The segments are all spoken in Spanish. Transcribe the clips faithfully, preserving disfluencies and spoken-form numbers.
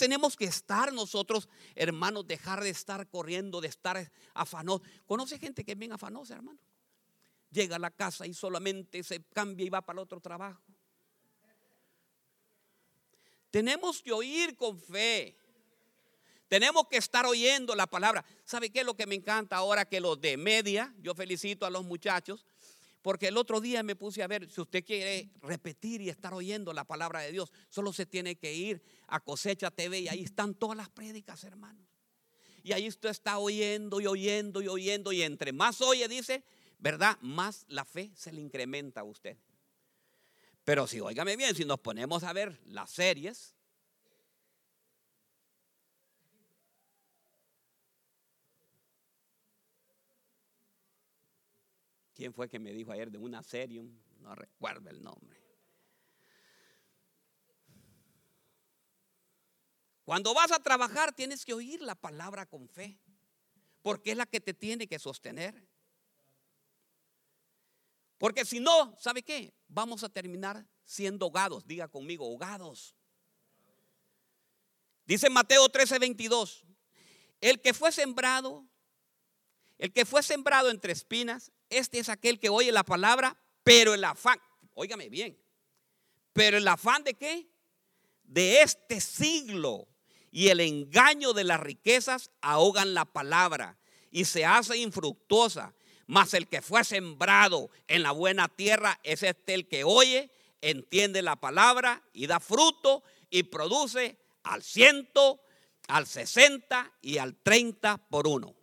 tenemos que estar nosotros, hermanos, dejar de estar corriendo, de estar afanosos. ¿Conoce gente que es bien afanosa, hermano? Llega a la casa y solamente se cambia y va para el otro trabajo. Tenemos que oír con fe. Tenemos que estar oyendo la palabra. ¿Sabe qué es lo que me encanta ahora? Que los de media, yo felicito a los muchachos, porque el otro día me puse a ver, si usted quiere repetir y estar oyendo la palabra de Dios, solo se tiene que ir a Cosecha T V y ahí están todas las prédicas, hermanos. Y ahí usted está oyendo y oyendo y oyendo, y entre más oye, dice, ¿verdad? Más la fe se le incrementa a usted. Pero si, óigame bien, si nos ponemos a ver las series, ¿quién fue que me dijo ayer de una serie? No recuerdo el nombre. Cuando vas a trabajar tienes que oír la palabra con fe, porque es la que te tiene que sostener. Porque si no, ¿sabe qué? Vamos a terminar siendo ahogados. Diga conmigo, ahogados. Dice Mateo trece, veintidós. El que fue sembrado, el que fue sembrado entre espinas, este es aquel que oye la palabra, pero el afán, óigame bien, pero el afán de qué? De este siglo y el engaño de las riquezas ahogan la palabra y se hace infructuosa. Mas el que fue sembrado en la buena tierra es este el que oye, entiende la palabra y da fruto y produce al ciento, al sesenta y al treinta por uno.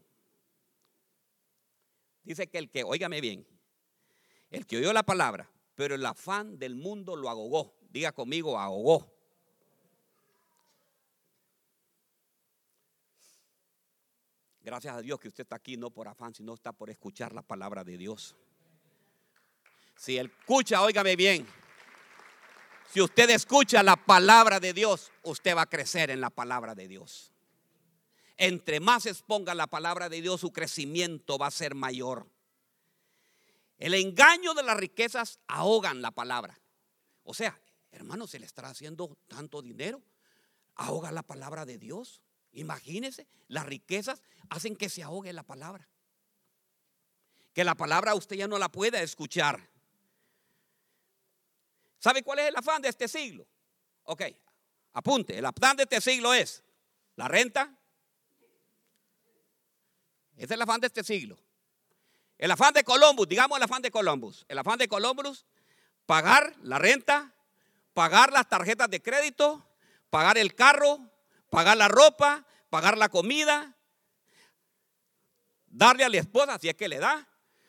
Dice que el que, óigame bien, el que oyó la palabra, pero el afán del mundo lo ahogó. Diga conmigo, ahogó. Gracias a Dios que usted está aquí no por afán, sino está por escuchar la palabra de Dios. Si escucha, óigame bien, si usted escucha la palabra de Dios, usted va a crecer en la palabra de Dios. Entre más exponga la palabra de Dios, su crecimiento va a ser mayor. El engaño de las riquezas ahogan la palabra. O sea, hermano, se le está haciendo tanto dinero, ahoga la palabra de Dios. Imagínese, las riquezas hacen que se ahogue la palabra. Que la palabra usted ya no la pueda escuchar. ¿Sabe cuál es el afán de este siglo? Ok, apunte, el afán de este siglo es la renta. Ese es el afán de este siglo. El afán de Columbus, digamos el afán de Columbus. El afán de Columbus, pagar la renta, pagar las tarjetas de crédito, pagar el carro, pagar la ropa, pagar la comida, darle a la esposa si es que le da,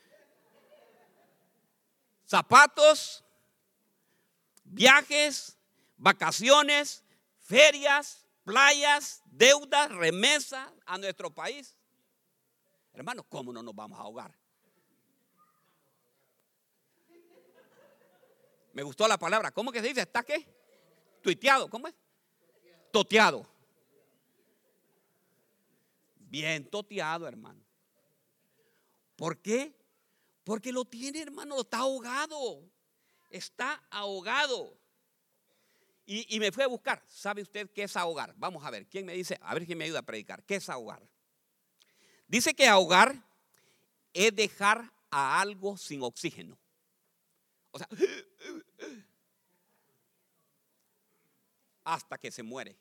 zapatos, viajes, vacaciones, ferias, playas, deudas, remesas a nuestro país. Hermanos, ¿cómo no nos vamos a ahogar? Me gustó la palabra. ¿Cómo que se dice? ¿Está qué? Tuiteado. ¿Cómo es? Toteado. Bien toteado, hermano. ¿Por qué? Porque lo tiene, hermano, está ahogado. Está ahogado. Y, y me fui a buscar. ¿Sabe usted qué es ahogar? Vamos a ver, ¿quién me dice? A ver quién me ayuda a predicar. ¿Qué es ahogar? Dice que ahogar es dejar a algo sin oxígeno. O sea, hasta que se muere.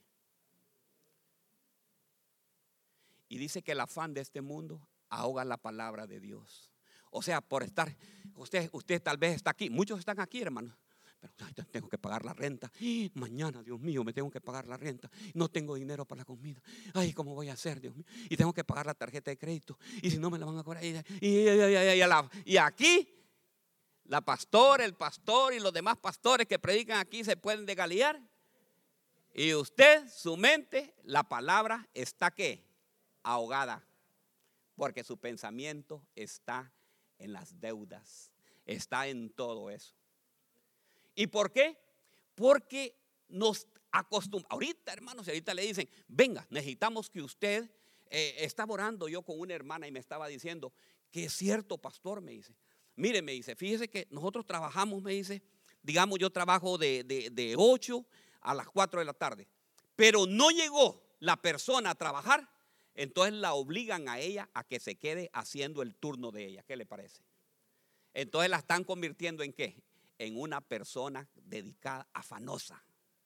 Y dice que el afán de este mundo ahoga la palabra de Dios. O sea, por estar, usted, usted tal vez está aquí, muchos están aquí, hermanos. Pero ay, tengo que pagar la renta. Mañana, Dios mío, me tengo que pagar la renta. No tengo dinero para la comida. Ay, ¿cómo voy a hacer, Dios mío? Y tengo que pagar la tarjeta de crédito. Y si no, me la van a cobrar. Y, y, y, y, y, y aquí, la pastora, el pastor y los demás pastores que predican aquí se pueden desgaliar. Y usted, su mente, la palabra está ¿qué? Ahogada. Porque su pensamiento está en las deudas. Está en todo eso. ¿Y por qué? Porque nos acostumbramos. Ahorita, hermanos, ahorita le dicen, venga, necesitamos que usted, eh, estaba orando yo con una hermana y me estaba diciendo, que es cierto, pastor, me dice. Mire, me dice, fíjese que nosotros trabajamos, me dice, digamos, yo trabajo de, de, de ocho a las cuatro de la tarde. pero no llegó la persona a trabajar, entonces la obligan a ella a que se quede haciendo el turno de ella. ¿Qué le parece? Entonces la están convirtiendo ¿en qué? En una persona dedicada, afanosa.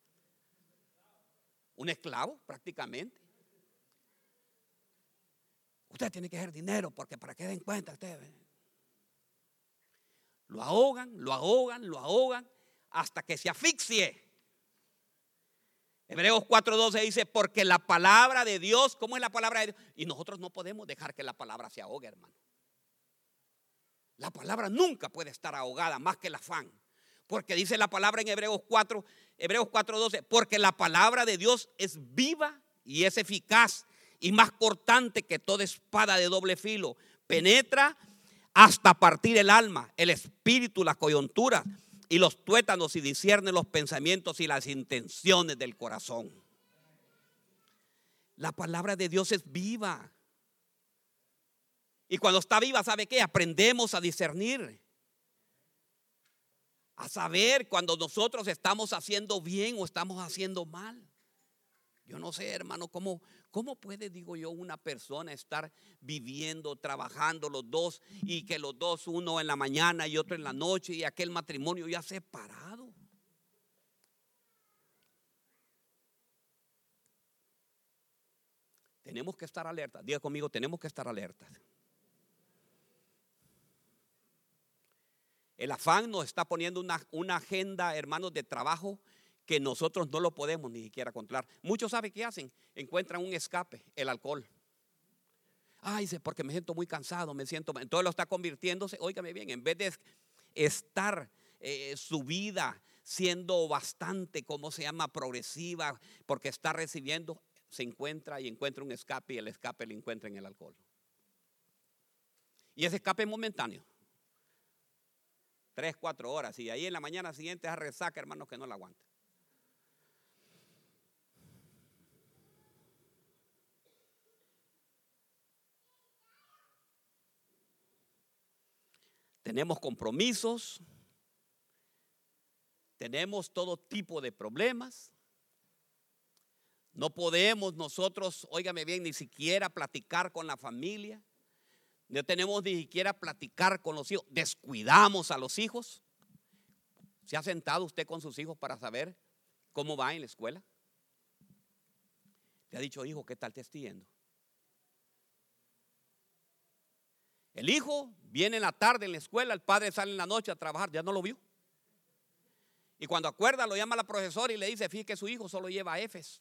Un esclavo prácticamente. Usted tiene que hacer dinero porque para que den cuenta ustedes. Lo ahogan, lo ahogan, lo ahogan hasta que se asfixie. Hebreos cuatro doce dice, porque la palabra de Dios, ¿cómo es la palabra de Dios? Y nosotros no podemos dejar que la palabra se ahogue, hermano. La palabra nunca puede estar ahogada más que el afán. Porque dice la palabra en Hebreos cuatro, Hebreos cuatro doce, porque la palabra de Dios es viva y es eficaz y más cortante que toda espada de doble filo. Penetra hasta partir el alma, el espíritu, las coyunturas y los tuétanos, y discierne los pensamientos y las intenciones del corazón. La palabra de Dios es viva. Y cuando está viva, ¿sabe qué? Aprendemos a discernir, a saber cuando nosotros estamos haciendo bien o estamos haciendo mal. Yo no sé, hermano, cómo, cómo puede, digo yo, una persona estar viviendo, trabajando los dos, y que los dos, uno en la mañana y otro en la noche, y aquel matrimonio ya separado. Tenemos que estar alertas. Diga conmigo, tenemos que estar alertas. El afán nos está poniendo una, una agenda, hermanos, de trabajo que nosotros no lo podemos ni siquiera controlar. Muchos saben qué hacen, encuentran un escape, el alcohol. Ay, dice, porque me siento muy cansado, me siento, entonces lo está convirtiéndose, óigame bien, en vez de estar eh, su vida siendo bastante, ¿cómo se llama?, progresiva, porque está recibiendo, se encuentra y encuentra un escape, y el escape lo encuentra en el alcohol. Y ese escape es momentáneo. Tres, cuatro horas, y ahí en la mañana siguiente es a resaca, hermanos, que no la aguanta. Tenemos compromisos, tenemos todo tipo de problemas. No podemos nosotros, óigame bien, ni siquiera platicar con la familia. No tenemos ni siquiera platicar con los hijos. Descuidamos a los hijos. ¿Se ha sentado usted con sus hijos para saber cómo va en la escuela? ¿Le ha dicho, hijo, qué tal te estoy yendo? El hijo viene en la tarde en la escuela, el padre sale en la noche a trabajar, ya no lo vio. Y cuando acuerda, lo llama la profesora y le dice, fíjate que su hijo solo lleva Fs.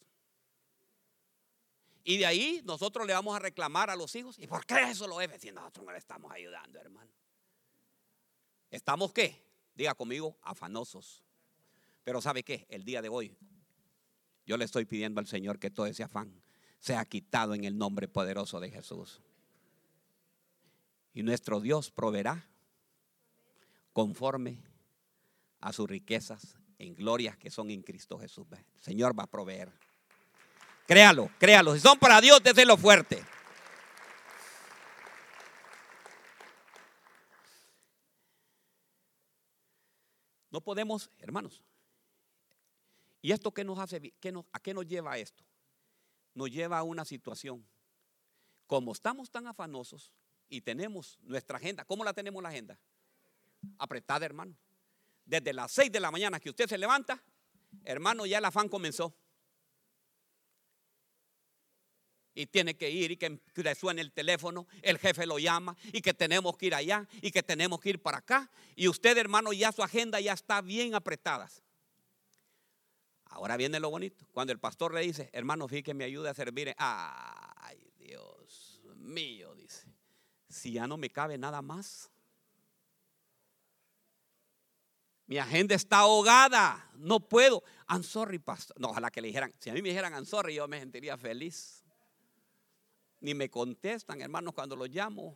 Y de ahí nosotros le vamos a reclamar a los hijos. ¿Y por qué eso lo F? Si nosotros no le estamos ayudando, hermano. ¿Estamos qué? Diga conmigo, afanosos. Pero ¿sabe qué? El día de hoy yo le estoy pidiendo al Señor que todo ese afán sea quitado en el nombre poderoso de Jesús. Y nuestro Dios proveerá conforme a sus riquezas en glorias que son en Cristo Jesús. El Señor va a proveer. Créalo, créalo. Si son para Dios, déselo fuerte. No podemos, hermanos. ¿Y esto qué nos hace? Qué nos, ¿A qué nos lleva esto? Nos lleva a una situación. Como estamos tan afanosos y tenemos nuestra agenda, ¿cómo la tenemos la agenda? Apretada, hermano. Desde las seis de la mañana que usted se levanta, hermano, ya el afán comenzó. Y tiene que ir y que le suene el teléfono, el jefe lo llama y que tenemos que ir allá y que tenemos que ir para acá. Y usted, hermano, ya su agenda ya está bien apretada. Ahora viene lo bonito. Cuando el pastor le dice, hermano, fíjate que me ayude a servir. Ay, Dios mío, dice. Si ya no me cabe nada más. Mi agenda está ahogada. No puedo. I'm sorry, pastor. No, ojalá que le dijeran. Si a mí me dijeran I'm sorry, yo me sentiría feliz. Ni me contestan, hermanos, cuando los llamo.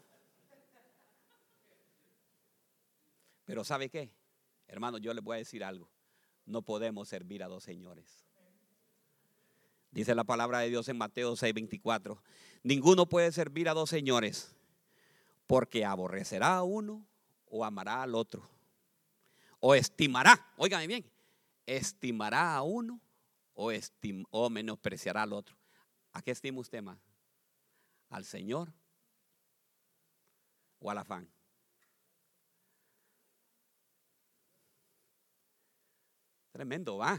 Pero ¿sabe qué? Hermanos, yo les voy a decir algo. No podemos servir a dos señores. Dice la palabra de Dios en Mateo seis veinticuatro. Ninguno puede servir a dos señores, porque aborrecerá a uno o amará al otro. O estimará, óigame bien, estimará a uno o, estim, o menospreciará al otro. ¿A qué estima usted más? ¿Al Señor o al afán? Tremendo, va.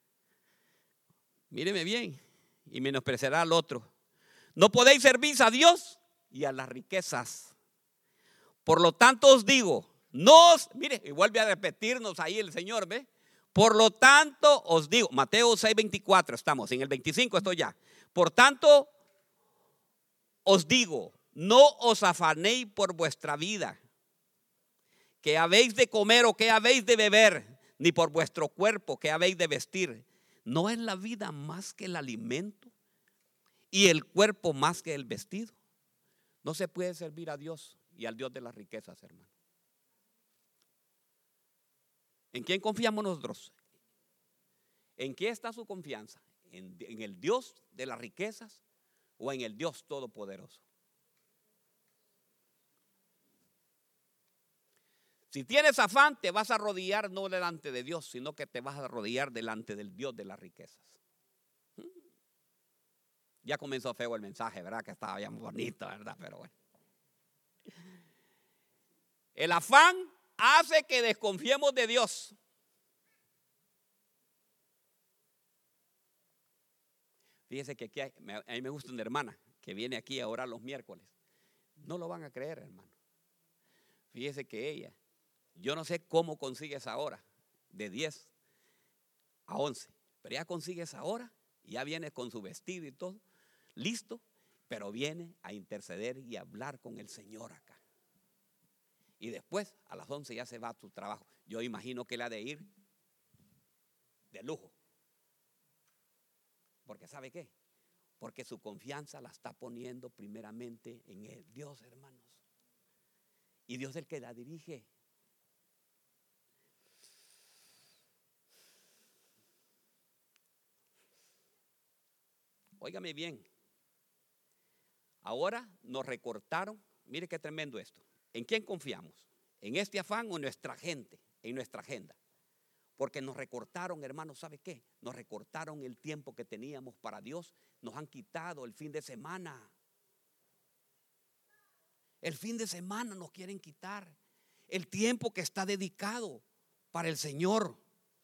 Míreme bien. Y menospreciará al otro. No podéis servir a Dios y a las riquezas. Por lo tanto os digo, no os, mire, y vuelve a repetirnos ahí el Señor, ¿ve? Por lo tanto os digo, Mateo seis veinticuatro, estamos en el veinticinco, estoy ya. Por tanto os digo, no os afanéis por vuestra vida, que habéis de comer o que habéis de beber, ni por vuestro cuerpo, que habéis de vestir. ¿No es la vida más que el alimento y el cuerpo más que el vestido? No se puede servir a Dios y al Dios de las riquezas, hermano. ¿En quién confiamos nosotros? ¿En qué está su confianza? ¿En, en el Dios de las riquezas o en el Dios todopoderoso? Si tienes afán, te vas a arrodillar no delante de Dios, sino que te vas a arrodillar delante del Dios de las riquezas. Ya comenzó feo el mensaje, ¿verdad? Que estaba bien bonito, ¿verdad? Pero bueno. El afán hace que desconfiemos de Dios. Fíjese que aquí hay, a mí me gusta una hermana que viene aquí a orar los miércoles. No lo van a creer, hermano. Fíjese que ella, yo no sé cómo consigue esa hora, de diez a once, pero ella consigue esa hora y ya viene con su vestido y todo, listo, pero viene a interceder y a hablar con el Señor acá. Y después a las once ya se va a su trabajo. Yo imagino que él ha de ir de lujo. Porque ¿sabe qué? Porque su confianza la está poniendo primeramente en el Dios, hermanos. Y Dios es el que la dirige. Óigame bien. Ahora nos recortaron. Mire qué tremendo esto. ¿En quién confiamos? ¿En este afán o en nuestra gente, en nuestra agenda? Porque nos recortaron, hermanos, ¿sabe qué? Nos recortaron el tiempo que teníamos para Dios. Nos han quitado el fin de semana. El fin de semana nos quieren quitar. El tiempo que está dedicado para el Señor.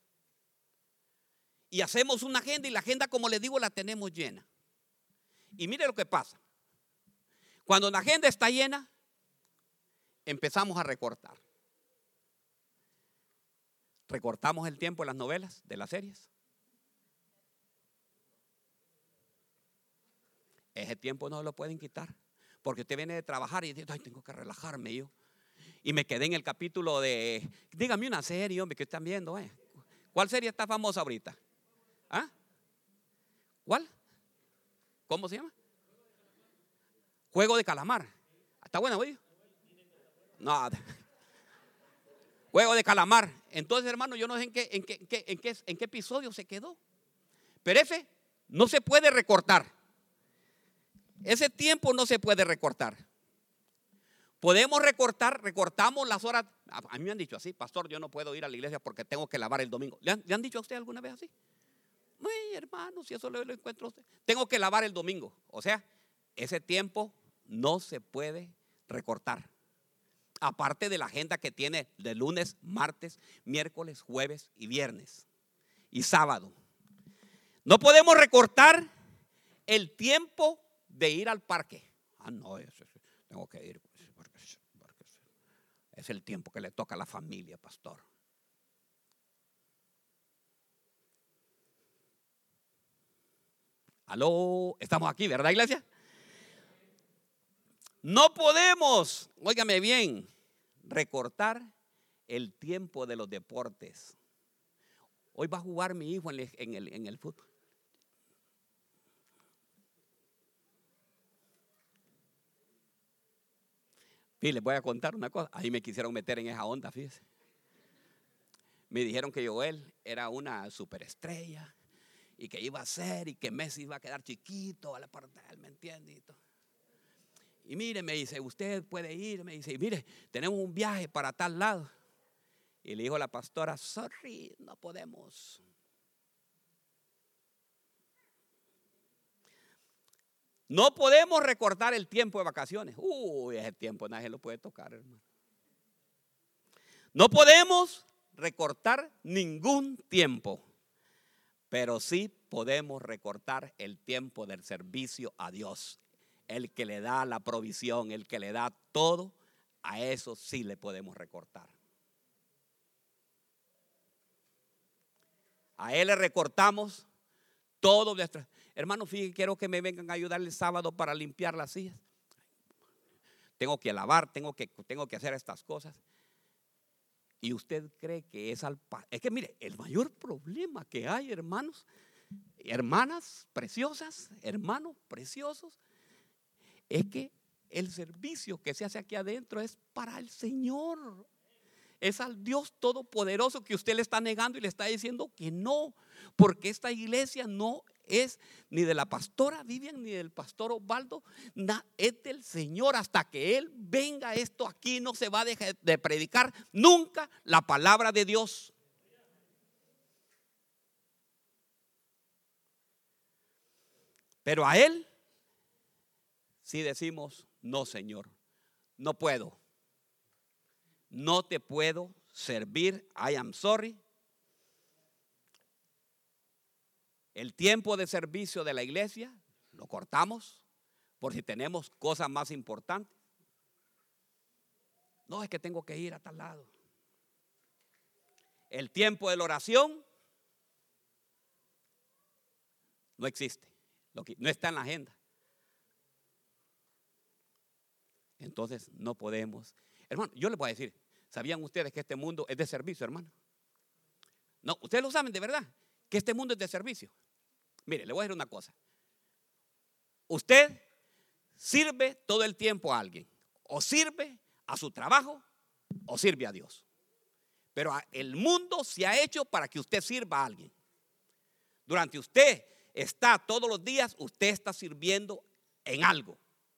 Y hacemos una agenda y la agenda, como les digo, la tenemos llena. Y mire lo que pasa. Cuando la agenda está llena, empezamos a recortar. Recortamos el tiempo de las novelas, de las series. Ese tiempo no lo pueden quitar. Porque usted viene de trabajar y dice, ay, tengo que relajarme yo. Y me quedé en el capítulo de, dígame una serie, hombre, que están viendo. Eh. ¿Cuál serie está famosa ahorita? ¿Ah? ¿Cuál? ¿Cómo se llama? Juego de calamar. ¿Está buena, oye? No. Juego de calamar. Entonces, hermano, yo no sé en qué, en qué, en qué, en qué, en qué episodio se quedó. Pero ese no se puede recortar. Ese tiempo no se puede recortar. Podemos recortar, recortamos las horas. A mí me han dicho así, pastor, yo no puedo ir a la iglesia porque tengo que lavar el domingo. ¿Le han, ¿le han dicho a usted alguna vez así? Ay, hermano, si eso lo, lo encuentro a usted. Tengo que lavar el domingo. O sea, ese tiempo no se puede recortar. Aparte de la agenda que tiene de lunes, martes, miércoles, jueves y viernes y sábado. No podemos recortar el tiempo de ir al parque. Ah, no, eso, eso, tengo que ir. Porque, porque es el tiempo que le toca a la familia, pastor. Aló, estamos aquí, ¿verdad, iglesia? No podemos, óigame bien, recortar el tiempo de los deportes. Hoy va a jugar mi hijo en el, en el, en el fútbol. Y les voy a contar una cosa. Ahí me quisieron meter en esa onda, fíjese. Me dijeron que Joel era una superestrella y que iba a ser y que Messi iba a quedar chiquito a la parte de él, ¿me entiende? Y, y mire, me dice, usted puede ir, me dice, y mire, tenemos un viaje para tal lado. Y le dijo a la pastora, sorry, no podemos. No podemos recortar el tiempo de vacaciones. Uy, ese tiempo nadie lo puede tocar, hermano. No podemos recortar ningún tiempo, pero sí podemos recortar el tiempo del servicio a Dios. El que le da la provisión, el que le da todo, a eso sí le podemos recortar. A Él le recortamos todo nuestro. Hermano, fíjense, quiero que me vengan a ayudar el sábado para limpiar las sillas. Tengo que lavar, tengo que, tengo que hacer estas cosas. Y usted cree que es al... Es que mire, el mayor problema que hay, hermanos, hermanas preciosas, hermanos preciosos, es que el servicio que se hace aquí adentro es para el Señor. Es al Dios Todopoderoso que usted le está negando y le está diciendo que no, porque esta iglesia no es ni de la pastora Vivian ni del pastor Osvaldo, na, es del Señor. Hasta que Él venga, esto aquí no se va a dejar de predicar nunca la palabra de Dios. Pero a Él sí decimos, no, Señor, no puedo. No te puedo servir, I am sorry. El tiempo de servicio de la iglesia lo cortamos por si tenemos cosas más importantes. No, es que tengo que ir a tal lado. El tiempo de la oración no existe, no está en la agenda. Entonces no podemos. Hermano, yo les voy a decir, ¿sabían ustedes que este mundo es de servicio, hermano? No, ustedes lo saben de verdad, que este mundo es de servicio. Mire, le voy a decir una cosa. Usted sirve todo el tiempo a alguien. O sirve a su trabajo o sirve a Dios. Pero el mundo se ha hecho para que usted sirva a alguien. Durante usted está todos los días, usted está sirviendo en algo.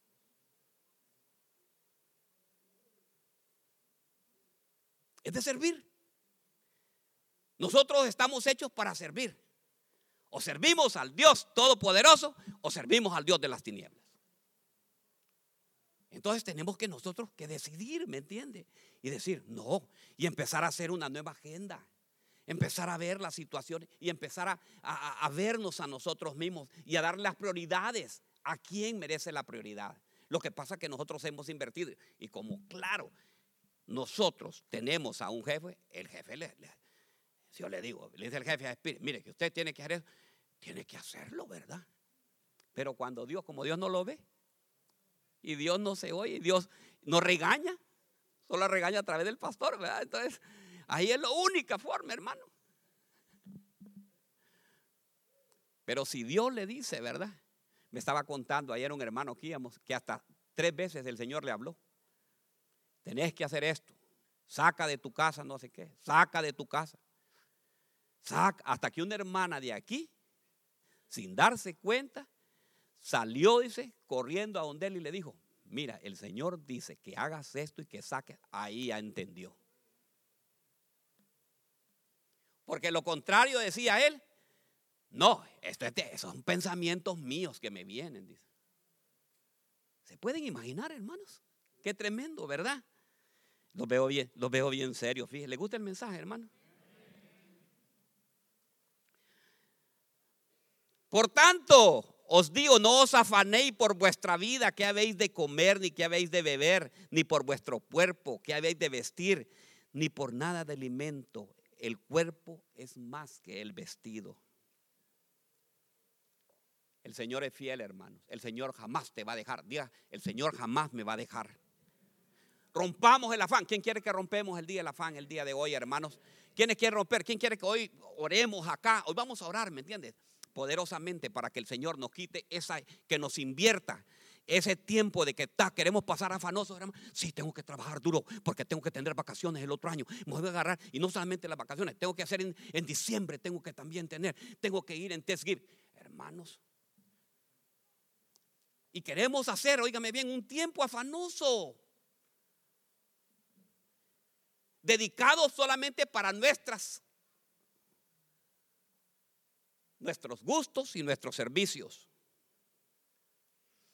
Es de servir. Nosotros estamos hechos para servir. O servimos al Dios Todopoderoso o servimos al Dios de las tinieblas. Entonces tenemos que nosotros que decidir, ¿me entiende? Y decir no, y empezar a hacer una nueva agenda. Empezar a ver las situaciones y empezar a, a, a vernos a nosotros mismos y a dar las prioridades. ¿A quién merece la prioridad? Lo que pasa es que nosotros hemos invertido. Y como claro, nosotros tenemos a un jefe, el jefe le, le yo le digo, le dice el jefe, mire que usted tiene que hacer eso, tiene que hacerlo, ¿verdad? Pero cuando Dios, como Dios no lo ve y Dios no se oye, y Dios nos regaña, solo regaña a través del pastor, ¿verdad? Entonces ahí es la única forma, hermano. Pero si Dios le dice, ¿verdad? Me estaba contando ayer un hermano que íbamos, que hasta tres veces el Señor le habló. Tenés que hacer esto, saca de tu casa no sé qué, saca de tu casa. Saca, hasta que una hermana de aquí, sin darse cuenta, salió, dice, corriendo a donde él y le dijo, mira, el Señor dice que hagas esto y que saques. Ahí ya entendió. Porque lo contrario decía él, no, esto es de, son pensamientos míos que me vienen, dice. ¿Se pueden imaginar, hermanos? Qué tremendo, ¿verdad? Los veo bien, los veo bien serios. Fíjense, ¿le gusta el mensaje, hermano? Por tanto, os digo, no os afanéis por vuestra vida, qué habéis de comer, ni qué habéis de beber, ni por vuestro cuerpo, qué habéis de vestir, ni por nada de alimento. El cuerpo es más que el vestido. El Señor es fiel, hermanos. El Señor jamás te va a dejar. Diga, el Señor jamás me va a dejar. Rompamos el afán. ¿Quién quiere que rompemos el día del afán el día de hoy, hermanos? ¿Quiénes quieren romper? ¿Quién quiere que hoy oremos acá? Hoy vamos a orar, ¿me entiendes? Poderosamente para que el Señor nos quite esa, que nos invierta ese tiempo de que ta, queremos pasar afanosos, hermano. Sí, tengo que trabajar duro porque tengo que tener vacaciones el otro año. Me voy a agarrar y no solamente las vacaciones, tengo que hacer en, en diciembre, tengo que también tener, tengo que ir en Thanksgiving, hermanos. Y queremos hacer, óigame bien, un tiempo afanoso, dedicado solamente para nuestras nuestros gustos y nuestros servicios.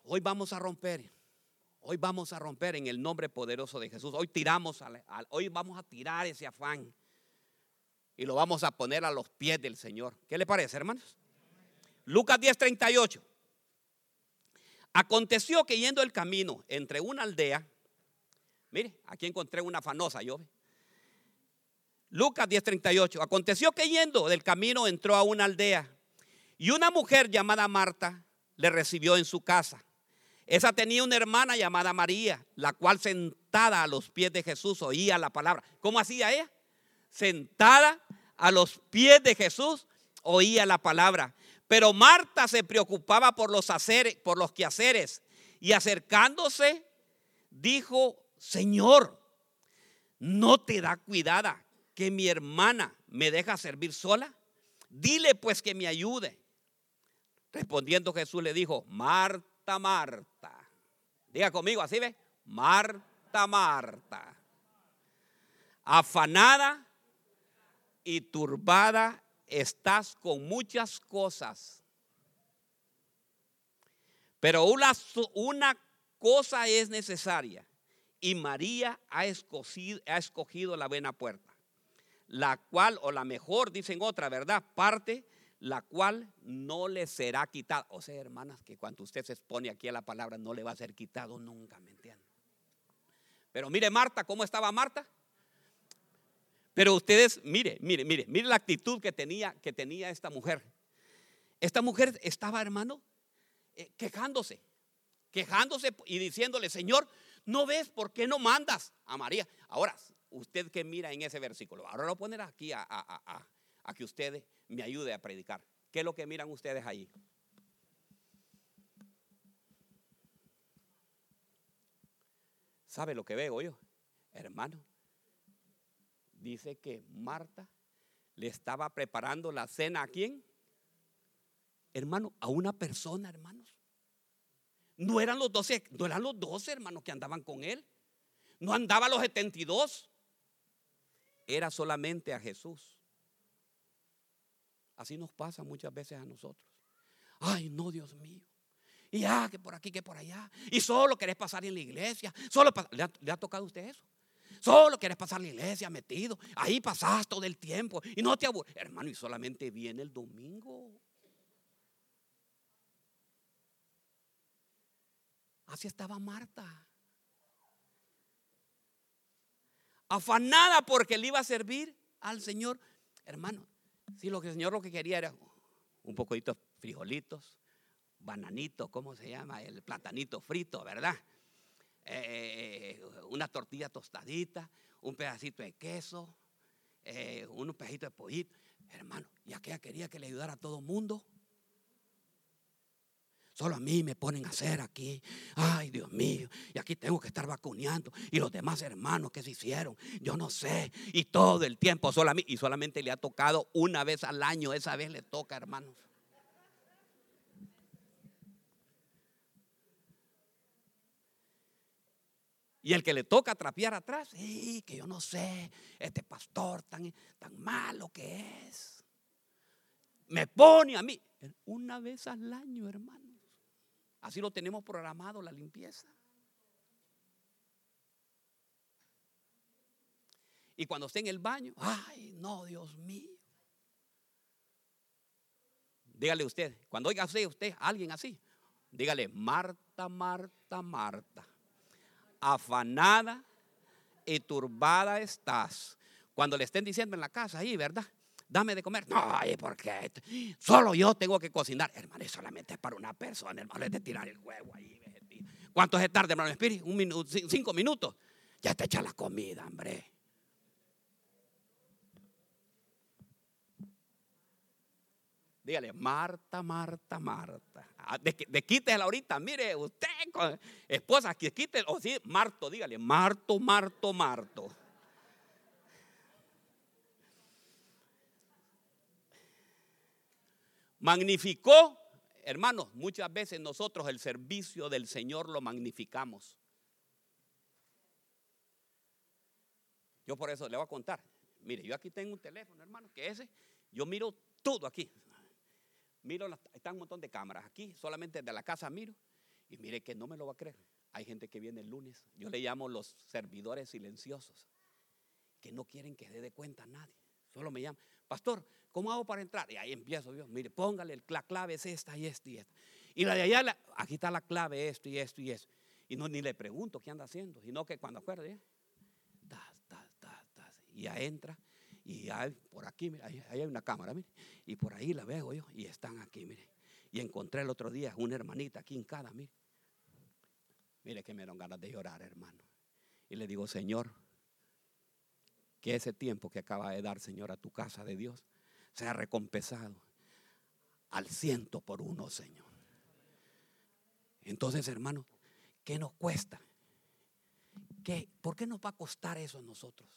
Hoy vamos a romper. Hoy vamos a romper en el nombre poderoso de Jesús. Hoy tiramos, a, a, hoy vamos a tirar ese afán y lo vamos a poner a los pies del Señor. ¿Qué le parece, hermanos? Lucas diez, treinta y ocho. Aconteció que yendo el camino entre una aldea, mire, aquí encontré una afanosa, yo. Lucas diez, treinta y ocho. Aconteció que yendo del camino entró a una aldea y una mujer llamada Marta le recibió en su casa. Esa tenía una hermana llamada María, la cual sentada a los pies de Jesús oía la palabra. ¿Cómo hacía ella? Sentada a los pies de Jesús oía la palabra. Pero Marta se preocupaba por los haceres, por los quehaceres, y acercándose dijo: Señor, ¿no te da cuidado que mi hermana me deja servir sola? Dile pues que me ayude. Respondiendo Jesús le dijo: Marta, Marta. Diga conmigo, así ve. Marta, Marta. Afanada y turbada estás con muchas cosas, pero una, una cosa es necesaria, y María ha escogido, ha escogido la buena puerta, la cual, o la mejor, dicen otra, ¿verdad? Parte, la cual no le será quitada. O sea, hermanas, que cuando usted se expone aquí a la palabra no le va a ser quitado nunca, ¿me entienden? Pero mire Marta, ¿cómo estaba Marta? Pero ustedes, mire, mire, mire, mire la actitud que tenía, que tenía esta mujer. Esta mujer estaba, hermano, eh, quejándose, quejándose y diciéndole: Señor, ¿no ves por qué no mandas a María? Ahora, usted que mira en ese versículo, ahora lo voy a poner aquí a, a, a, a que usted me ayude a predicar. ¿Qué es lo que miran ustedes ahí? ¿Sabe lo que veo yo, hermano? Dice que Marta le estaba preparando la cena. ¿A quién? Hermano, a una persona, hermanos. No eran los doce, no eran los doce hermanos que andaban con él. No andaba los setenta y dos. Era solamente a Jesús. Así nos pasa muchas veces a nosotros. Ay, no, Dios mío. Y ya, que por aquí, que por allá. Y solo querés pasar en la iglesia. Solo ¿Le ha, ¿Le ha tocado a usted eso? Solo quieres pasar la iglesia metido. Ahí pasás todo el tiempo y no te aburres. Hermano, y solamente viene el domingo. Así estaba Marta. Afanada porque le iba a servir al Señor. Hermano, si lo que el Señor lo que quería era un poquito de frijolitos, bananitos, ¿cómo se llama? El platanito frito, ¿verdad? Eh, una tortilla tostadita, un pedacito de queso, eh, unos pedacitos de pollito, hermano. Y aquella quería que le ayudara a todo el mundo. Solo a mí me ponen a hacer aquí. Ay, Dios mío. Y aquí tengo que estar vacuneando. Y los demás hermanos que se hicieron, yo no sé. Y todo el tiempo solo a mí. Y solamente le ha tocado una vez al año. Esa vez le toca, hermanos. Y el que le toca trapear atrás, sí, que yo no sé, este pastor tan, tan malo que es. Me pone a mí una vez al año, hermanos. Así lo tenemos programado, la limpieza. Y cuando esté en el baño, ay, no, Dios mío. Dígale usted, cuando oiga usted, usted, alguien así, dígale: Marta, Marta, Marta. Afanada y turbada estás. Cuando le estén diciendo en la casa ahí, ¿verdad? Dame de comer. No, ¿por qué? Solo yo tengo que cocinar. Hermano, es solamente para una persona, hermano, es de tirar el huevo ahí. ¿Cuánto es tarde, hermano Espíritu? Un minuto, cinco minutos. Ya te echa la comida, hombre. Dígale: Marta, Marta, Marta. De, de quítela ahorita. Mire, usted, con esposa, que quítela. O sí, Marto, dígale: Marto, Marto, Marto. Magnificó, hermanos, muchas veces nosotros el servicio del Señor lo magnificamos. Yo por eso le voy a contar. Mire, yo aquí tengo un teléfono, hermano, que ese, yo miro todo aquí. Miro, están un montón de cámaras aquí, solamente de la casa miro. Y mire que no me lo va a creer. Hay gente que viene el lunes. Yo le llamo los servidores silenciosos, que no quieren que se dé cuenta a nadie. Solo me llaman, pastor, ¿cómo hago para entrar? Y ahí empiezo yo, mire, póngale, la clave es esta y esta y esta. Y la de allá, la, aquí está la clave, esto y esto y esto. Y no ni le pregunto qué anda haciendo, sino que cuando acuerde, ta, ta, ta, ta, y ya entra. Y ya por aquí, mire, ahí, ahí hay una cámara, mire, y por ahí la veo yo, y están aquí, mire. Y encontré el otro día una hermanita aquí hincada, mire. Mire que me dieron ganas de llorar, hermano. Y le digo, Señor, que ese tiempo que acaba de dar, Señor, a tu casa de Dios, sea recompensado al ciento por uno, Señor. Entonces, hermano, ¿qué nos cuesta? ¿Qué? ¿Por qué nos va a costar eso a nosotros?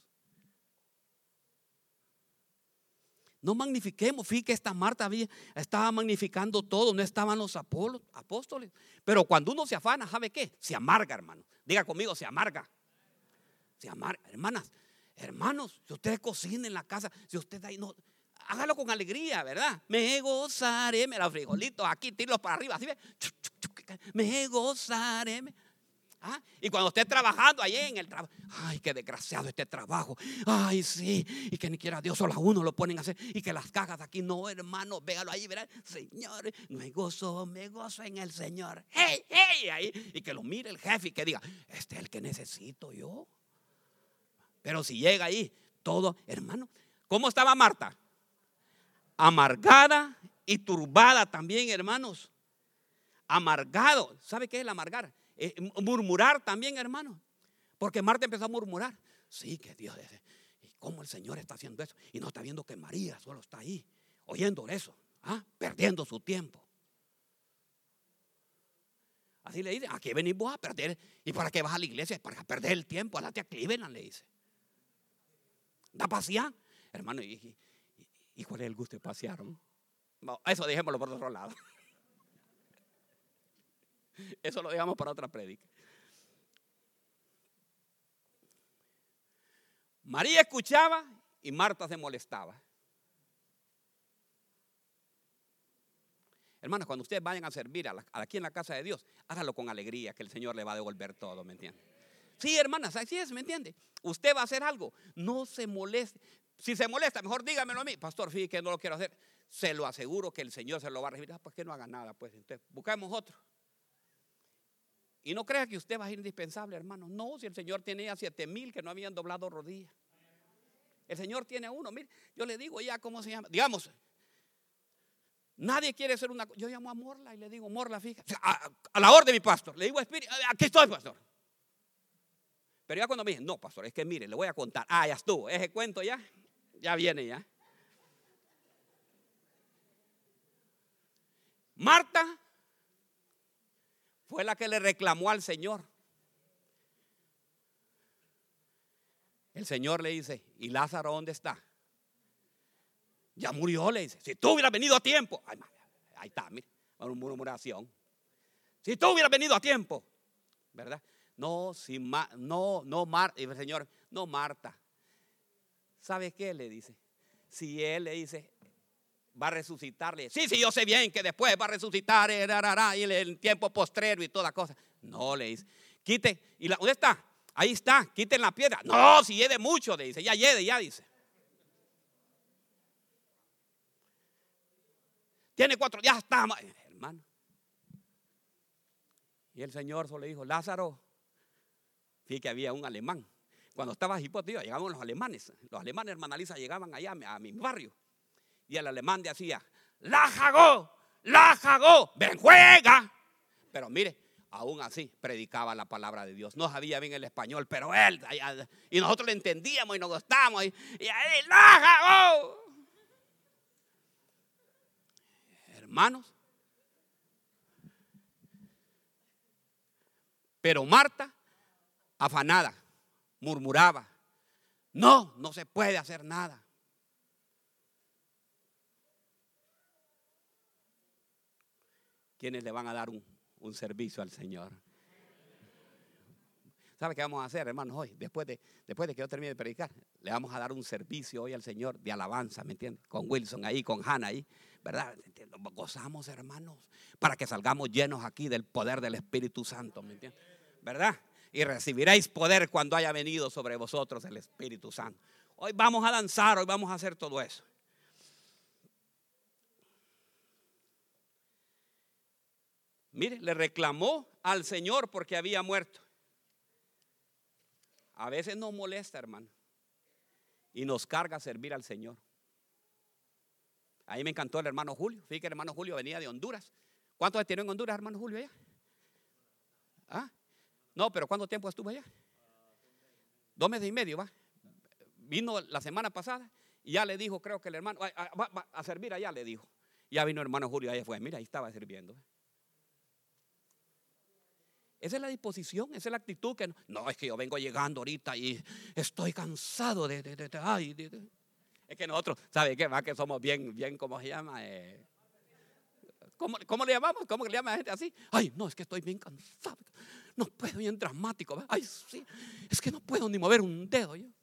No magnifiquemos. Fíjate que esta Marta había, estaba magnificando todo. No estaban los apóstoles. Pero cuando uno se afana, ¿sabe qué? Se amarga, hermano. Diga conmigo, se amarga. Se amarga. Hermanas, hermanos, si usted cocina en la casa, si usted ahí no, hágalo con alegría, ¿verdad? Me gozaré. Me los frijolitos aquí, tiros para arriba. Así ve. Me gozaré. ¿Ah? Y cuando esté trabajando allí en el trabajo, ay, qué desgraciado este trabajo, ay, sí, y que ni quiera Dios, solo a uno lo ponen a hacer, y que las cajas aquí, no, hermano, véalo ahí, verá, Señor, me gozo, me gozo en el Señor, hey, hey, ahí, y que lo mire el jefe y que diga, este es el que necesito yo. Pero si llega ahí, todo, hermano, ¿cómo estaba Marta? Amargada y turbada también, hermanos. Amargado, ¿sabe qué es el amargar? Eh, murmurar también, hermano. Porque Marta empezó a murmurar. Sí, que Dios es. ¿Y cómo el Señor está haciendo eso? Y no está viendo que María solo está ahí, oyendo eso, ¿ah? Perdiendo su tiempo. Así le dice, ¿a qué venís vos a perder? ¿Y para qué vas a la iglesia? Para perder el tiempo. Andate a Cleveland, le dice. Da pasear, hermano. ¿Y, y, y cuál es el gusto de pasear? ¿No? No, eso dejémoslo por otro lado. Eso lo dejamos para otra prédica. María escuchaba y Marta se molestaba. Hermanos, cuando ustedes vayan a servir a la, aquí en la casa de Dios, hágalo con alegría, que el Señor le va a devolver todo, ¿me entiende? Sí, hermanas, así es, ¿me entiende? Usted va a hacer algo, no se moleste. Si se molesta, mejor dígamelo a mí. Pastor, fíjate que no lo quiero hacer. Se lo aseguro que el Señor se lo va a recibir. Ah, pues que no haga nada, pues entonces buscamos otro. Y no crea que usted va a ser indispensable, hermano. No, si el Señor tenía siete mil que no habían doblado rodillas. El Señor tiene uno. Mire, yo le digo ya cómo se llama. Digamos, nadie quiere ser una. Yo llamo a Morla y le digo, Morla, fíjate. A, a la orden, mi pastor. Le digo, Espíritu, aquí estoy, pastor. Pero ya cuando me dicen, no, pastor, es que mire, le voy a contar. Ah, ya estuvo. Ese cuento ya, ya viene ya. Marta fue la que le reclamó al Señor. El Señor le dice, ¿y Lázaro dónde está? Ya murió, le dice. Si tú hubieras venido a tiempo. Ay, ahí está, mire, una murmuración. Si tú hubieras venido a tiempo, ¿verdad? No, si ma, no, no, Marta. Y el Señor, no, Marta. ¿Sabe qué le dice? Si él le dice, va a resucitarle. Sí, sí, yo sé bien que después va a resucitar eh, ra, ra, ra, y el tiempo postrero y toda cosa. No, le dice, quite. ¿Y la, dónde está? Ahí está, quiten la piedra. No, si lleve mucho, le dice, ya lleve, ya dice. Tiene cuatro, ya está, hermano. Y el Señor solo le dijo, Lázaro, fíjate que había un alemán. Cuando estaba hipotético, llegaban los alemanes. Los alemanes, hermana Lisa, llegaban allá a mi barrio. Y el alemán decía, la jagó, la jagó, ven, juega. Pero mire, aún así predicaba la palabra de Dios. No sabía bien el español, pero él, y nosotros le entendíamos y nos gustábamos. Y, y ahí, la jagó. Hermanos. Pero Marta, afanada, murmuraba, no, no se puede hacer nada. ¿Quiénes le van a dar un, un servicio al Señor? ¿Sabe qué vamos a hacer, hermanos, hoy? Después de, después de que yo termine de predicar, le vamos a dar un servicio hoy al Señor de alabanza, ¿me entiendes? Con Wilson ahí, con Hannah ahí, ¿verdad? Gozamos, hermanos, para que salgamos llenos aquí del poder del Espíritu Santo, ¿me entiendes? ¿Verdad? Y recibiréis poder cuando haya venido sobre vosotros el Espíritu Santo. Hoy vamos a danzar, hoy vamos a hacer todo eso. Mire, le reclamó al Señor porque había muerto. A veces nos molesta, hermano, y nos carga servir al Señor. Ahí me encantó el hermano Julio. Fíjate que el hermano Julio venía de Honduras. ¿Cuántos tiene en Honduras, hermano Julio, allá? ¿Ah? No, pero ¿cuánto tiempo estuvo allá? Dos meses y medio, va. Vino la semana pasada y ya le dijo, creo que el hermano, va, va, va a servir allá, le dijo. Ya vino el hermano Julio, allá fue, mira, ahí estaba sirviendo. Esa es la disposición, esa es la actitud que no, no es que yo vengo llegando ahorita y estoy cansado de, de, de, de, ay, de, de. Es que nosotros, ¿sabe qué? Más que somos bien, bien, ¿cómo se llama? Eh, ¿cómo, ¿Cómo le llamamos? ¿Cómo le llama a la gente así? Ay, no, es que estoy bien cansado. No puedo, bien dramático. ¿Verdad? Ay, sí, es que no puedo ni mover un dedo yo.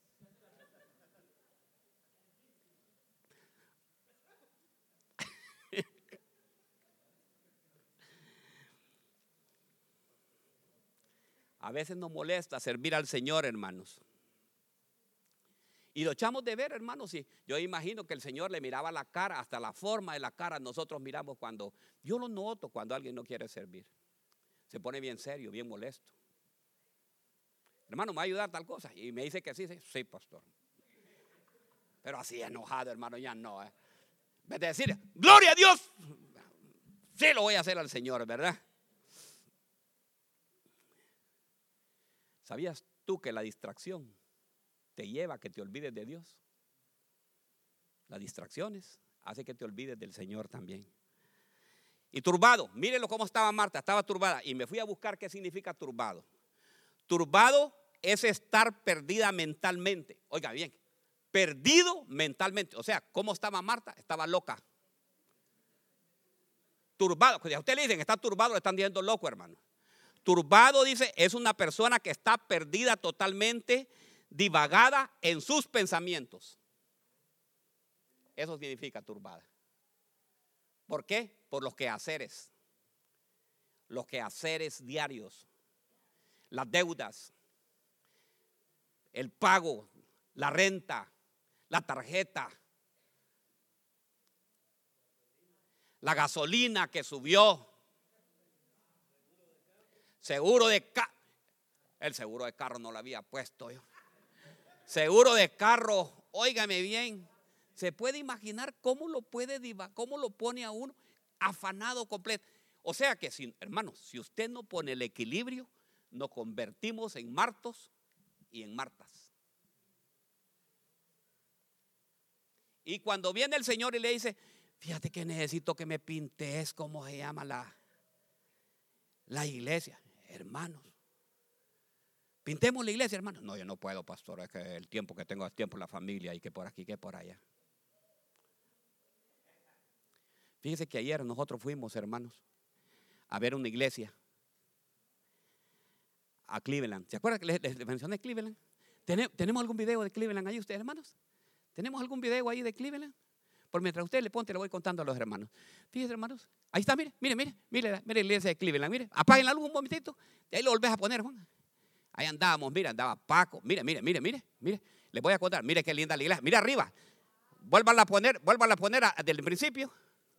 A veces nos molesta servir al Señor, hermanos. Y lo echamos de ver, hermanos. Y yo imagino que el Señor le miraba la cara, hasta la forma de la cara. Nosotros miramos cuando, yo lo noto cuando alguien no quiere servir. Se pone bien serio, bien molesto. Hermano, ¿me va a ayudar tal cosa? Y me dice que sí, sí, sí, pastor. Pero así enojado, hermano, ya no. ¿eh? En vez de decir, gloria a Dios, sí lo voy a hacer al Señor, ¿verdad? ¿Sabías tú que la distracción te lleva a que te olvides de Dios? Las distracciones hacen que te olvides del Señor también. Y turbado, mírenlo cómo estaba Marta, estaba turbada. Y me fui a buscar qué significa turbado. Turbado es estar perdida mentalmente. Oiga bien, perdido mentalmente. O sea, ¿cómo estaba Marta? Estaba loca. Turbado, a usted le dicen, está turbado, le están diciendo loco, hermano. Turbado, dice, es una persona que está perdida totalmente, divagada en sus pensamientos. Eso significa turbada. ¿Por qué? Por los quehaceres. Los quehaceres diarios. Las deudas. El pago. La renta. La tarjeta. La gasolina que subió. Seguro de carro. El seguro de carro no lo había puesto yo. Seguro de carro, óigame bien. Se puede imaginar cómo lo puede diva, cómo lo pone a uno afanado completo. O sea que, si, hermanos, si usted no pone el equilibrio, nos convertimos en Martos y en Martas. Y cuando viene el Señor y le dice, fíjate que necesito que me pintes, ¿cómo se llama la, la iglesia? Hermanos, pintemos la iglesia, hermanos. No, yo no puedo, pastor, es que el tiempo que tengo es tiempo en la familia y que por aquí, que por allá. Fíjese que ayer nosotros fuimos, hermanos, a ver una iglesia a Cleveland. ¿Se acuerdan que les, les mencioné Cleveland? ¿Tenemos algún video de Cleveland ahí ustedes, hermanos? ¿Tenemos algún video ahí de Cleveland? Por mientras usted le ponte, le voy contando a los hermanos. Fíjense, hermanos, ahí está, mire, mire, mire, mire, mire la iglesia de Cleveland, mire, apaguen la luz un momentito, de ahí lo volvés a poner, Juan. Ahí andábamos, mire, andaba Paco, mire, mire, mire, mire, mire, les voy a contar, mire qué linda la iglesia, mire arriba, vuélvanla a poner, vuélvanla a poner a, desde el principio.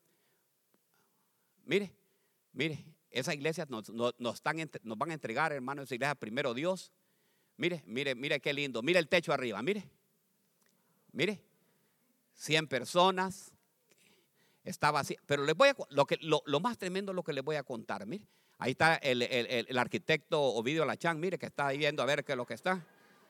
Mire, mire, esa iglesia nos, nos, nos, están, nos van a entregar, hermanos, esa iglesia primero Dios. Mire, mire, mire qué lindo, mire el techo arriba, mire, mire. cien personas, estaba así, pero les voy a, lo, que, lo, lo más tremendo es lo que les voy a contar, mire, ahí está el, el, el, el arquitecto Ovidio Lachán, mire que está ahí viendo a ver qué es lo que está.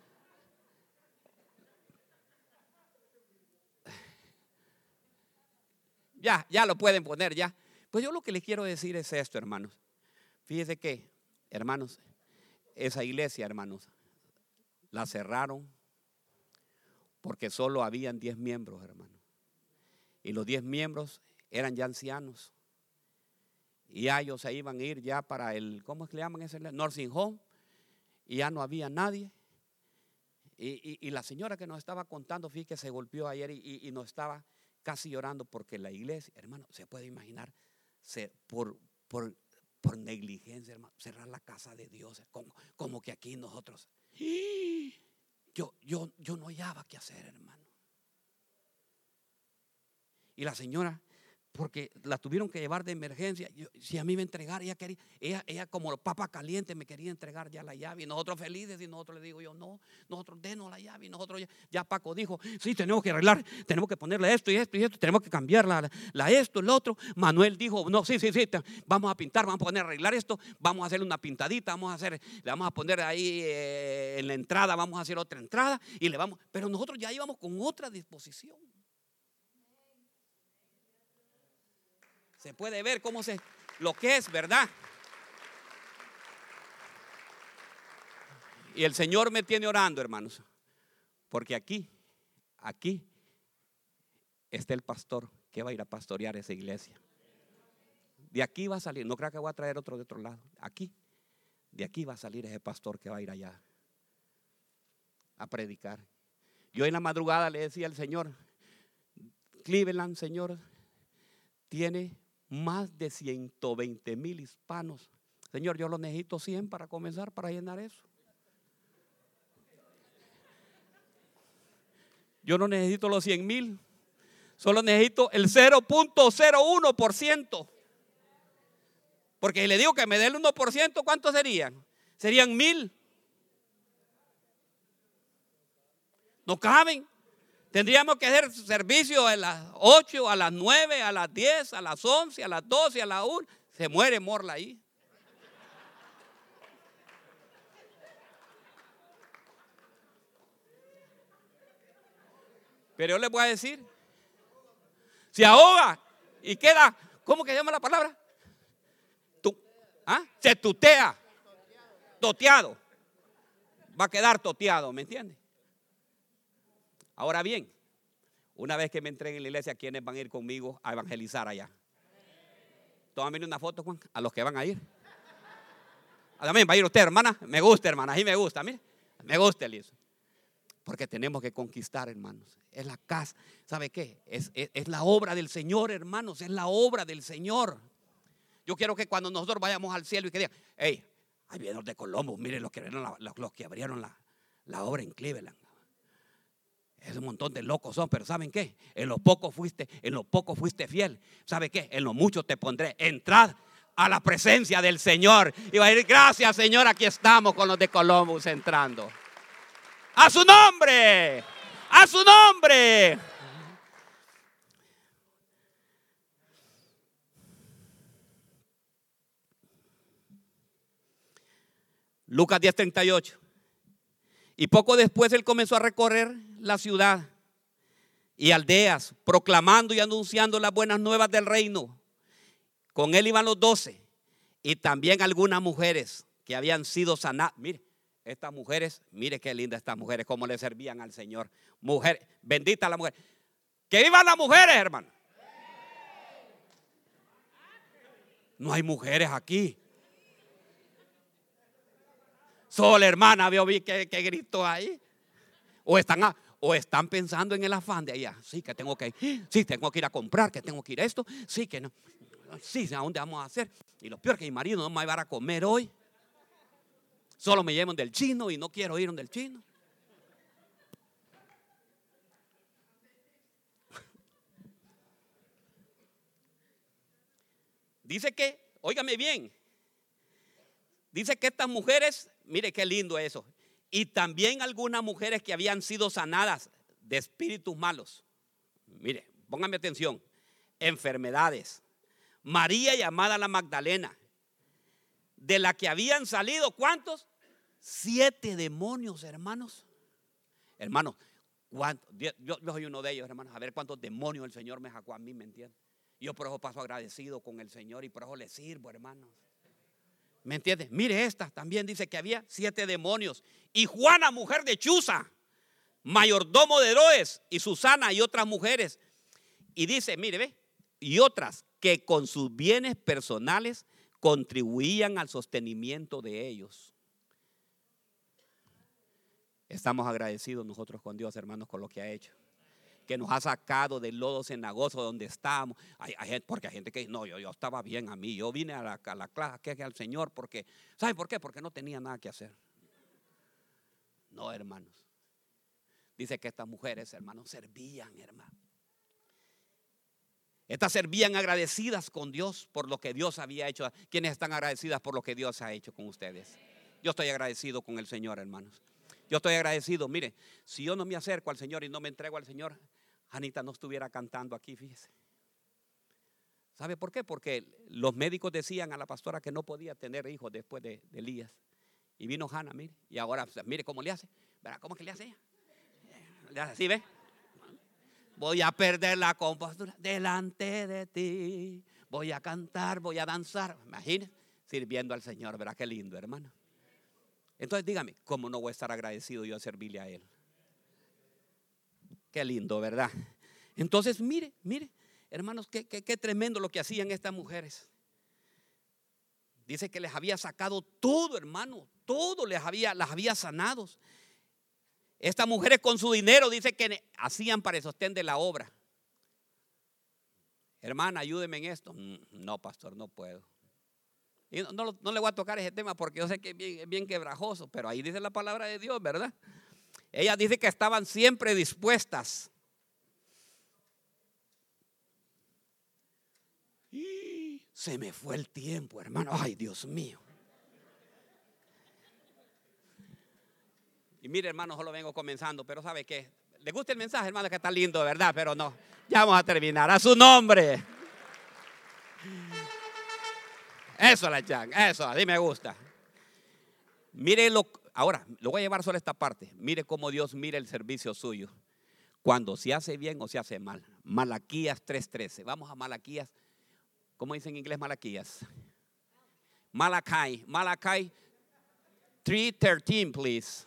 Ya, ya lo pueden poner ya. Pues yo lo que les quiero decir es esto, hermanos. Fíjense que, hermanos, esa iglesia, hermanos, la cerraron porque solo habían diez miembros, hermano. Y los diez miembros eran ya ancianos. Y ya ellos se iban a ir ya para el, ¿cómo es que le llaman ese? Nursing Home. y ya no había nadie. Y, y, y la señora que nos estaba contando, fíjate que se golpeó ayer y, y, y nos estaba casi llorando porque la iglesia, hermano, se puede imaginar, se, por, por, por negligencia, hermano, cerrar la casa de Dios, como, como que aquí nosotros, yo, yo, yo no hallaba qué hacer, hermano. Y la señora, porque la tuvieron que llevar de emergencia, yo, si a mí me entregara, ella quería, ella, ella como papa caliente me quería entregar ya la llave, y nosotros felices, y nosotros le digo yo, no, nosotros denos la llave, y nosotros ya, ya Paco dijo, sí, tenemos que arreglar, tenemos que ponerle esto y esto y esto, tenemos que cambiar la, la, la esto, el otro. Manuel dijo, no, sí, sí, sí, te, vamos a pintar, vamos a poner a arreglar esto, vamos a hacerle una pintadita, vamos a hacer, le vamos a poner ahí eh, en la entrada, vamos a hacer otra entrada, y le vamos, pero nosotros ya íbamos con otra disposición. Se puede ver cómo se, lo que es, ¿verdad? Y el Señor me tiene orando, hermanos, porque aquí, aquí está el pastor que va a ir a pastorear esa iglesia. De aquí va a salir, no creo que voy a traer otro de otro lado. Aquí, de aquí va a salir ese pastor que va a ir allá a predicar. Yo en la madrugada le decía al Señor, Cleveland, Señor, tiene más de ciento veinte mil hispanos. Señor, yo lo necesito cien para comenzar, para llenar eso. Yo no necesito los cien mil, solo necesito el cero punto cero uno por ciento. Porque si le digo que me dé el uno por ciento, ¿cuántos serían? Serían mil. No caben. Tendríamos que hacer servicio a las ocho, a las nueve, a las diez, a las once, a las doce, a las una. Se muere Morla ahí. Pero yo les voy a decir, se ahoga y queda, ¿cómo que se llama la palabra? Tu, ¿ah? Se tutea, toteado. Va a quedar toteado, ¿me entiendes? Ahora bien, una vez que me entreguen en la iglesia, ¿quiénes van a ir conmigo a evangelizar allá? Tómame una foto, Juan, a los que van a ir. También va a ir usted, hermana. Me gusta, hermana, así me gusta, mire. Me gusta el eso. Porque tenemos que conquistar, hermanos. Es la casa, ¿sabe qué? Es, es, es la obra del Señor, hermanos. Es la obra del Señor. Yo quiero que cuando nosotros vayamos al cielo y que digan, hey, ahí vienen los de Colombo, miren los que abrieron la, los, los que abrieron la, la obra en Cleveland. Es un montón de locos son, pero ¿saben qué? En lo poco fuiste, en lo poco fuiste fiel. ¿Sabe qué? En lo mucho te pondré. Entrad a la presencia del Señor. Y va a decir, gracias, Señor, aquí estamos con los de Columbus entrando. ¡A su nombre! ¡A su nombre! Lucas diez treinta y ocho. Y poco después él comenzó a recorrer la ciudad y aldeas, proclamando y anunciando las buenas nuevas del reino. Con él iban los doce y también algunas mujeres que habían sido sanadas. Mire, estas mujeres, mire qué lindas estas mujeres, cómo le servían al Señor. Mujer, bendita la mujer. Que vivan las mujeres, hermano. No hay mujeres aquí. Solo hermana, veo vi que, que gritó ahí. O están, a, o están pensando en el afán de allá. Sí, que tengo que ir. Sí, tengo que ir a comprar, que tengo que ir a esto. Sí, que no. Sí, ¿a dónde vamos a hacer? Y lo peor que mi marido no me va a llevar a comer hoy. Solo me llevan del chino y no quiero ir del chino. Dice que, óigame bien, dice que estas mujeres, mire qué lindo eso, y también algunas mujeres que habían sido sanadas de espíritus malos. Mire, póngame atención, enfermedades. María llamada la Magdalena, de la que habían salido, ¿cuántos? Siete demonios, hermanos. Hermanos, ¿cuántos? Yo, yo soy uno de ellos, hermanos. A ver cuántos demonios el Señor me sacó a mí, ¿me entiendes? Yo por eso paso agradecido con el Señor y por eso le sirvo, hermanos. ¿Me entiendes? Mire esta, también dice que había siete demonios. Y Juana, mujer de Chuza, mayordomo de Herodes, y Susana y otras mujeres. Y dice, mire, ve, y otras que con sus bienes personales contribuían al sostenimiento de ellos. Estamos agradecidos nosotros con Dios, hermanos, con lo que ha hecho. Que nos ha sacado del lodo cenagoso donde estábamos. Hay, hay, porque hay gente que dice, no, yo, yo estaba bien a mí. Yo vine a la, a la clase que al Señor porque, ¿saben por qué? Porque no tenía nada que hacer. No, hermanos. Dice que estas mujeres, hermanos, servían, hermano. Estas servían agradecidas con Dios por lo que Dios había hecho. ¿Quiénes están agradecidas por lo que Dios ha hecho con ustedes? Yo estoy agradecido con el Señor, hermanos. Yo estoy agradecido. Mire, si yo no me acerco al Señor y no me entrego al Señor, Anita no estuviera cantando aquí, fíjese. ¿Sabe por qué? Porque los médicos decían a la pastora que no podía tener hijos después de, de Elías. Y vino Hannah, mire, y ahora, mire cómo le hace. ¿Verá cómo que le hace ella? Le hace así, ¿ve? Voy a perder la compostura delante de ti. Voy a cantar, voy a danzar. Imagínense, sirviendo al Señor. ¿Verdad qué lindo, hermano? Entonces dígame, ¿cómo no voy a estar agradecido yo a servirle a Él? Qué lindo, ¿verdad? Entonces, mire, mire, hermanos, qué, qué, qué tremendo lo que hacían estas mujeres. Dice que les había sacado todo, hermano, todo les había, las había sanado. Estas mujeres con su dinero dice que hacían para el sostén de la obra. Hermana, ayúdeme en esto. No, pastor, no puedo. Y no, no, no le voy a tocar ese tema porque yo sé que es bien, es bien quebrajoso, pero ahí dice la palabra de Dios, ¿verdad? Ella dice que estaban siempre dispuestas. Y se me fue el tiempo, hermano. Ay, Dios mío. Y mire, hermano, solo vengo comenzando, pero ¿sabe qué? ¿Le gusta el mensaje, hermano? Que está lindo, ¿verdad? Pero no, ya vamos a terminar. A su nombre. Eso, la chan, eso, a mí me gusta. Mire, lo, ahora, lo voy a llevar solo esta parte. Mire cómo Dios mira el servicio suyo. Cuando se hace bien o se hace mal. Malaquías tres trece. Vamos a Malaquías. ¿Cómo dice en inglés Malaquías? Malachi, Malachi tres trece, please.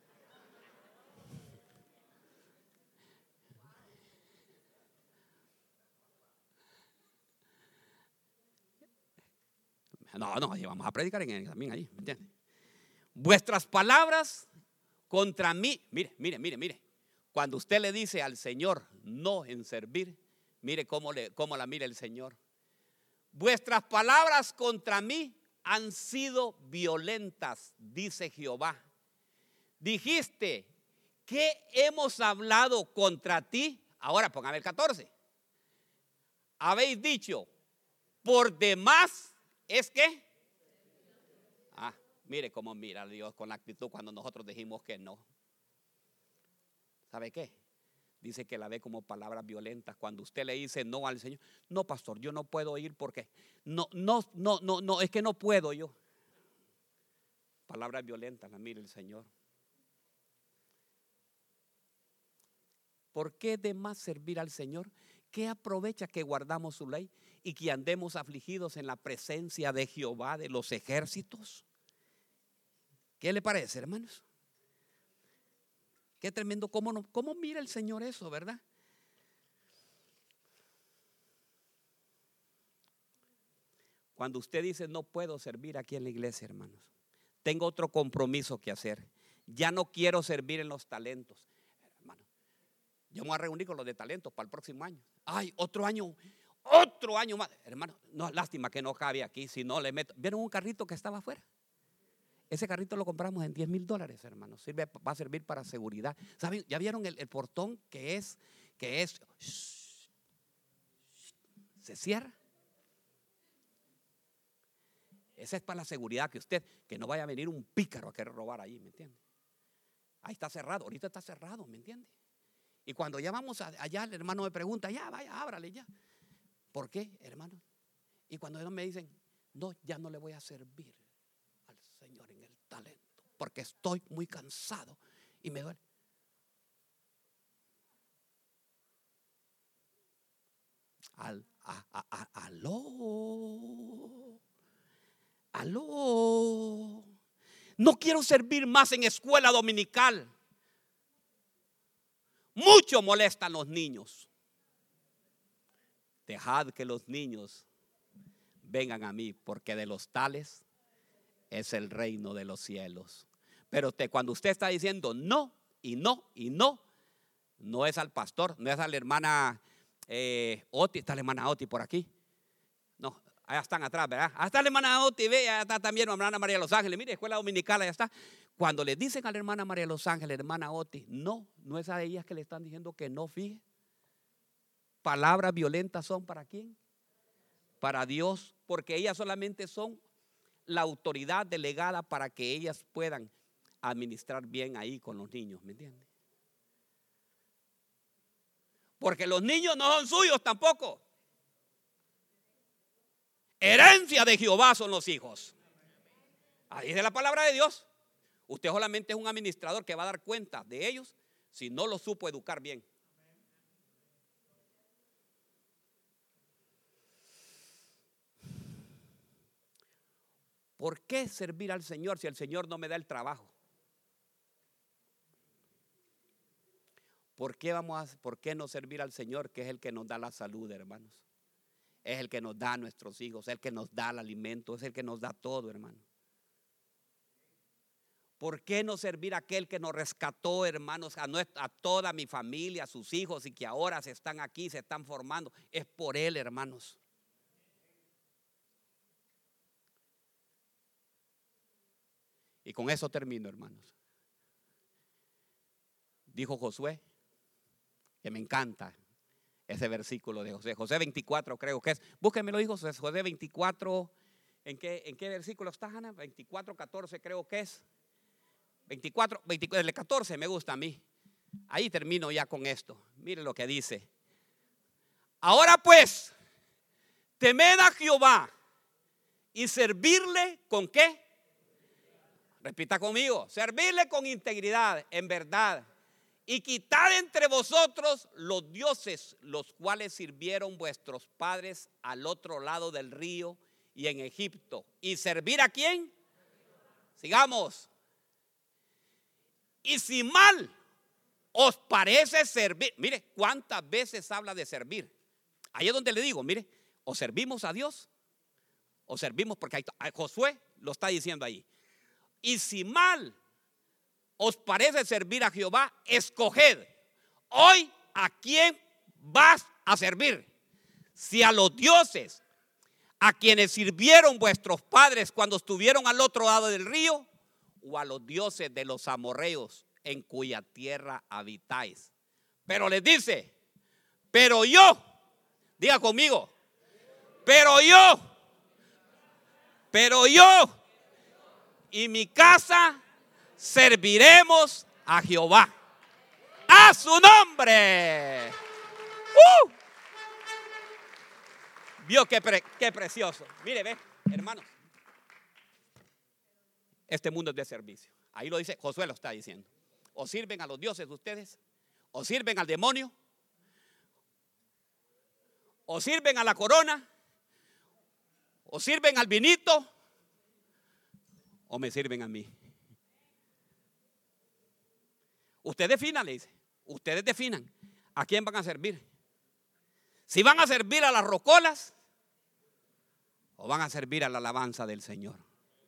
No, no, vamos a predicar en él también ahí, ¿me entiendes? Vuestras palabras contra mí, mire, mire, mire, mire. Cuando usted le dice al Señor no en servir, mire cómo, le, cómo la mira el Señor. Vuestras palabras contra mí han sido violentas, dice Jehová. Dijiste, ¿qué hemos hablado contra ti? Ahora póngame el catorce. Habéis dicho, por demás. ¿Es que? Ah, mire cómo mira a Dios con la actitud cuando nosotros dijimos que no. ¿Sabe qué? Dice que la ve como palabras violentas. Cuando usted le dice no al Señor, no, pastor, yo no puedo ir porque no, no, no, no, no, es que no puedo yo. Palabras violentas, la mira el Señor. ¿Por qué de más servir al Señor? ¿Qué aprovecha que guardamos su ley y que andemos afligidos en la presencia de Jehová de los ejércitos? ¿Qué le parece, hermanos? Qué tremendo, cómo, no, cómo mira el Señor eso, ¿verdad? Cuando usted dice no puedo servir aquí en la iglesia, hermanos, tengo otro compromiso que hacer. Ya no quiero servir en los talentos. Yo me voy a reunir con los de talentos para el próximo año. Ay, otro año, otro año más. Hermano, no, lástima que no cabe aquí, si no le meto. ¿Vieron un carrito que estaba afuera? Ese carrito lo compramos en diez mil dólares, hermano. Sirve, va a servir para seguridad. ¿Saben? ¿Ya vieron el, el portón que es, que es, shh, se cierra? Esa es para la seguridad, que usted, que no vaya a venir un pícaro a querer robar ahí, ¿me entiende? Ahí está cerrado, ahorita está cerrado, ¿me entiende? Y cuando ya vamos allá, el hermano me pregunta, ya, vaya, ábrale ya. ¿Por qué, hermano? Y cuando ellos me dicen, no, ya no le voy a servir al Señor en el talento, porque estoy muy cansado y me duele. Al, a, a, a, aló, aló. No quiero servir más en escuela dominical. Mucho molestan los niños. Dejad que los niños vengan a mí, porque de los tales es el reino de los cielos. Pero usted, cuando usted está diciendo no, y no, y no. No es al pastor, no es a la hermana eh, Oti, está la hermana Oti por aquí. No, allá están atrás, ¿verdad? Allá está la hermana Oti, ve, allá está también la hermana María de los Ángeles. Mire, escuela dominical, allá está. Cuando le dicen a la hermana María de los Ángeles, hermana Oti, no, no es a ellas que le están diciendo que no, fije. Palabras violentas son ¿para quién? Para Dios, porque ellas solamente son la autoridad delegada para que ellas puedan administrar bien ahí con los niños, ¿me entiendes? Porque los niños no son suyos tampoco. Herencia de Jehová son los hijos. Ahí es de la palabra de Dios. Usted solamente es un administrador que va a dar cuenta de ellos si no los supo educar bien. ¿Por qué servir al Señor si el Señor no me da el trabajo? ¿Por qué, vamos a, ¿Por qué no servir al Señor, que es el que nos da la salud, hermanos? Es el que nos da a nuestros hijos, es el que nos da el alimento, es el que nos da todo, hermano. ¿Por qué no servir a aquel que nos rescató, hermanos, a, nuestra, a toda mi familia, a sus hijos y que ahora se están aquí, se están formando? Es por Él, hermanos. Y con eso termino, hermanos. Dijo Josué, que me encanta ese versículo de José, José veinticuatro creo que es. Búsquenmelo, hijo, José veinticuatro. ¿En qué, en qué versículo está, Ana? veinticuatro, catorce creo que es. veinticuatro, veinticuatro, el catorce me gusta a mí. Ahí termino ya con esto. Mire lo que dice. Ahora pues, temed a Jehová y servirle ¿con qué? Repita conmigo, servirle con integridad, en verdad, y quitad entre vosotros los dioses, los cuales sirvieron vuestros padres al otro lado del río y en Egipto. ¿Y servir a quién? Sigamos. Y si mal os parece servir, mire cuántas veces habla de servir. Ahí es donde le digo, mire, o servimos a Dios o servimos, porque hay, Josué lo está diciendo ahí. Y si mal os parece servir a Jehová, escoged hoy a quién vas a servir. Si a los dioses a quienes sirvieron vuestros padres cuando estuvieron al otro lado del río, o a los dioses de los amorreos en cuya tierra habitáis. Pero les dice, pero yo, diga conmigo, pero yo, pero yo y mi casa serviremos a Jehová. ¡A su nombre! ¡Uh! Vio qué, pre, qué precioso. Mire, ve, hermanos. Este mundo es de servicio. Ahí lo dice, Josué lo está diciendo. O sirven a los dioses de ustedes, o sirven al demonio, o sirven a la corona, o sirven al vinito, o me sirven a mí. Ustedes definan, le dice. Ustedes definan a quién van a servir. Si van a servir a las rocolas o van a servir a la alabanza del Señor.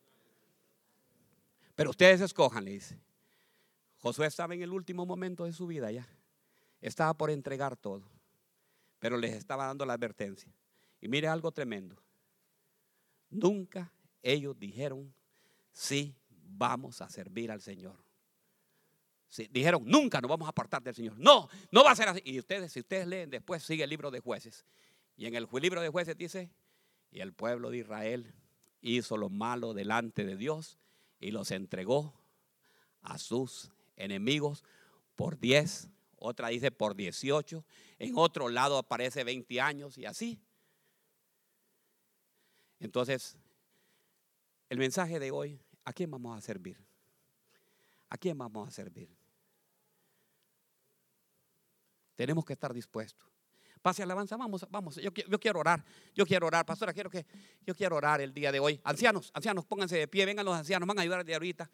Pero ustedes escojan, le dice. Josué estaba en el último momento de su vida ya. Estaba por entregar todo. Pero les estaba dando la advertencia. Y mire algo tremendo. Nunca ellos dijeron, sí, vamos a servir al Señor. Sí, dijeron, nunca nos vamos a apartar del Señor. No, no va a ser así. Y ustedes, si ustedes leen, después sigue el libro de Jueces. Y en el libro de Jueces dice, y el pueblo de Israel hizo lo malo delante de Dios y los entregó a sus enemigos por diez, otra dice por dieciocho, en otro lado aparece veinte años y así. Entonces, el mensaje de hoy, ¿a quién vamos a servir? ¿A quién vamos a servir? Tenemos que estar dispuestos. Pase alabanza, vamos, vamos. Yo, yo quiero orar, yo quiero orar, pastora, quiero que, yo quiero orar el día de hoy. Ancianos, ancianos, pónganse de pie, vengan los ancianos, van a ayudar de ahorita.